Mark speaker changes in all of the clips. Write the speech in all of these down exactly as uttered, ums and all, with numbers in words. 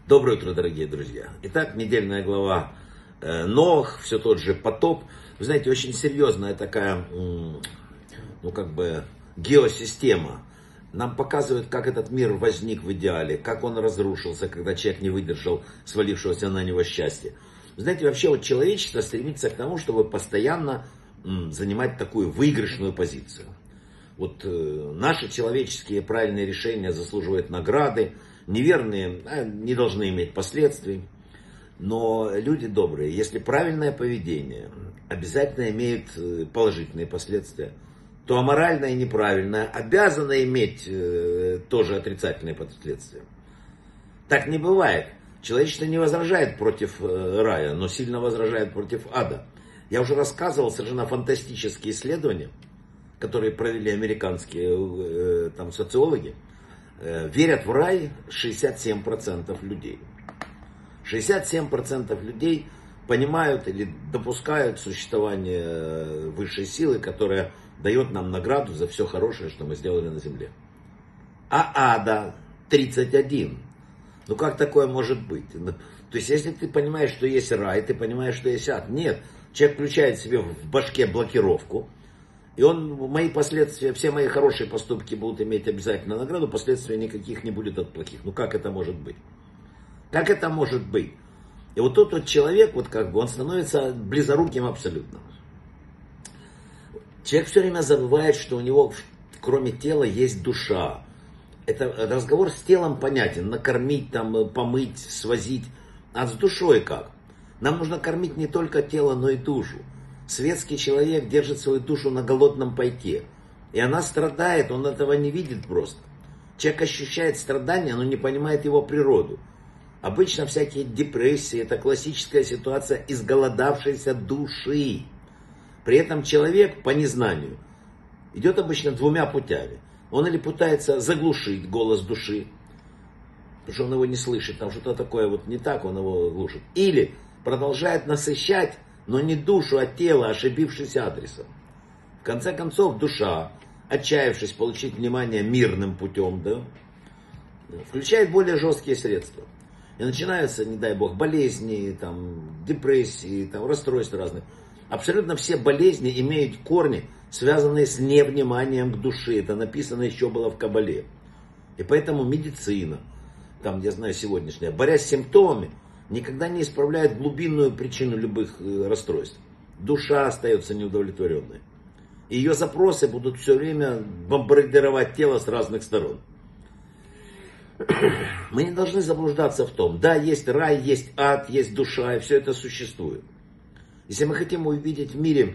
Speaker 1: Доброе утро, дорогие друзья. Итак, недельная глава э, Ноах, все тот же потоп. Вы знаете, очень серьезная такая, ну как бы, геосистема. Нам показывают, как этот мир возник в идеале, как он разрушился, когда человек не выдержал свалившегося на него счастья. Вы знаете, вообще вот человечество стремится к тому, чтобы постоянно м, занимать такую выигрышную позицию. Вот э, наши человеческие правильные решения заслуживают награды, неверные а, не должны иметь последствий. Но люди добрые, если правильное поведение обязательно имеет положительные последствия, то аморальное и неправильное обязано иметь э, тоже отрицательные последствия. Так не бывает. Человечество не возражает против э, рая, но сильно возражает против ада. Я уже рассказывал совершенно фантастические исследования, которые провели американские э, там, социологи. Э, верят в рай шестьдесят семь процентов людей. шестьдесят семь процентов людей понимают или допускают существование высшей силы, которая дает нам награду за все хорошее, что мы сделали на земле. А ада тридцать один. Ну как такое может быть? То есть если ты понимаешь, что есть рай, ты понимаешь, что есть ад. Нет. Человек включает себе в башке блокировку. И он, мои последствия, все мои хорошие поступки будут иметь обязательно награду, последствий никаких не будет от плохих. Ну как это может быть? Как это может быть? И вот тот вот человек, вот как бы, он становится близоруким абсолютно. Человек все время забывает, что у него, кроме тела, есть душа. Это разговор с телом понятен. Накормить, там, помыть, свозить. А с душой как? Нам нужно кормить не только тело, но и душу. Светский человек держит свою душу на голодном пайке. И она страдает, он этого не видит просто. Человек ощущает страдания, но не понимает его природу. Обычно всякие депрессии, это классическая ситуация изголодавшейся души. При этом человек по незнанию идет обычно двумя путями. Он или пытается заглушить голос души, потому что он его не слышит, там что-то такое вот не так, он его глушит. Или продолжает насыщать, но не душу, а тело, ошибившись адресом. В конце концов, душа, отчаявшись получить внимание мирным путем, да, включает более жесткие средства. И начинаются, не дай бог, болезни, там, депрессии, там, расстройства разные. Абсолютно все болезни имеют корни, связанные с невниманием к душе. Это написано еще было в Кабале. И поэтому медицина, там, я знаю, сегодняшняя, борясь с симптомами, никогда не исправляет глубинную причину любых расстройств. Душа остается неудовлетворенной. И ее запросы будут все время бомбардировать тело с разных сторон. Мы не должны заблуждаться в том, да, есть рай, есть ад, есть душа, и все это существует. Если мы хотим увидеть в мире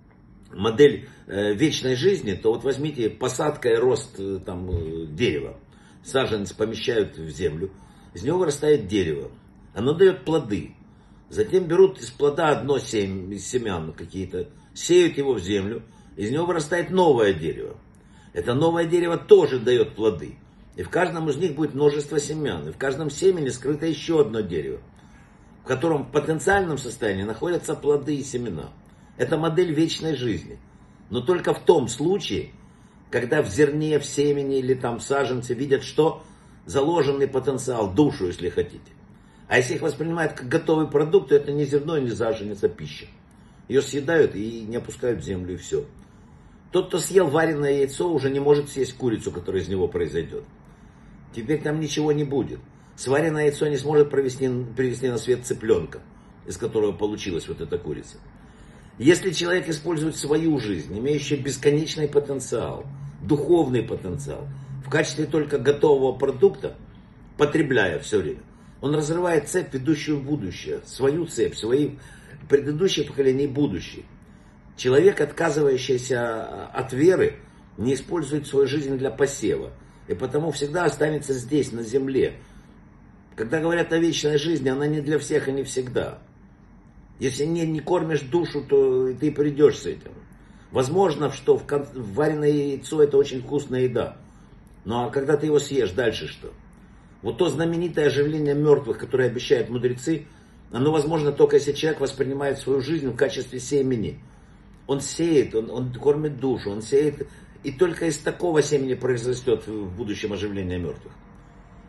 Speaker 1: модель э, вечной жизни, то вот возьмите посадка и рост э, там, э, дерева. Саженец помещают в землю, из него вырастает дерево, оно дает плоды. Затем берут из плода одно семя, из семян какие-то, сеют его в землю, из него вырастает новое дерево. Это новое дерево тоже дает плоды. И в каждом из них будет множество семян. И в каждом семени скрыто еще одно дерево, в котором в потенциальном состоянии находятся плоды и семена. Это модель вечной жизни. Но только в том случае, когда в зерне, в семени или там в саженце видят, что заложенный потенциал, душу, если хотите. А если их воспринимают как готовый продукт, то это не зерно, не саженец, а пища. Ее съедают и не опускают в землю, и все. Тот, кто съел вареное яйцо, уже не может съесть курицу, которая из него произойдет. Теперь там ничего не будет. Сваренное яйцо не сможет провести, привести на свет цыпленка, из которого получилась вот эта курица. Если человек использует свою жизнь, имеющую бесконечный потенциал, духовный потенциал, в качестве только готового продукта, потребляя все время, он разрывает цепь, ведущую в будущее, свою цепь, свои предыдущие поколения и будущее. Человек, отказывающийся от веры, не использует свою жизнь для посева. И потому всегда останется здесь, на земле. Когда говорят о вечной жизни, она не для всех и не всегда. Если не, не кормишь душу, то ты придешь с этим. Возможно, что в кон... вареное яйцо это очень вкусная еда. Ну а когда ты его съешь, дальше что? Вот то знаменитое оживление мертвых, которое обещают мудрецы, оно возможно только если человек воспринимает свою жизнь в качестве семени. Он сеет, он, он кормит душу, он сеет, и только из такого семени произрастет в будущем оживление мертвых.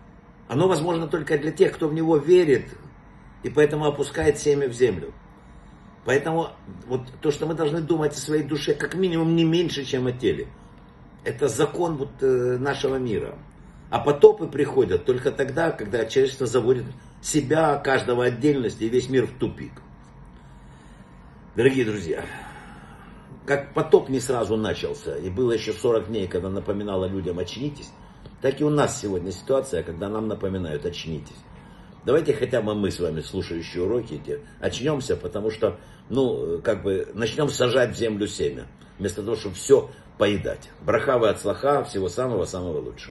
Speaker 1: оно возможно только для тех, кто в него верит, и поэтому опускает семя в землю. Поэтому вот то, что мы должны думать о своей душе, как минимум не меньше, чем о теле. Это закон вот, э, нашего мира. А потопы приходят только тогда, когда человечество заводит себя, каждого отдельности и весь мир в тупик. Дорогие друзья, как потоп не сразу начался, и было еще сорок дней, когда напоминало людям «очнитесь», так и у нас сегодня ситуация, когда нам напоминают «очнитесь». Давайте хотя бы мы с вами, слушающие уроки эти, очнемся, потому что, ну, как бы, начнем сажать в землю семя, вместо того, чтобы все поедать. Браха ва ацлаха, всего самого-самого лучшего.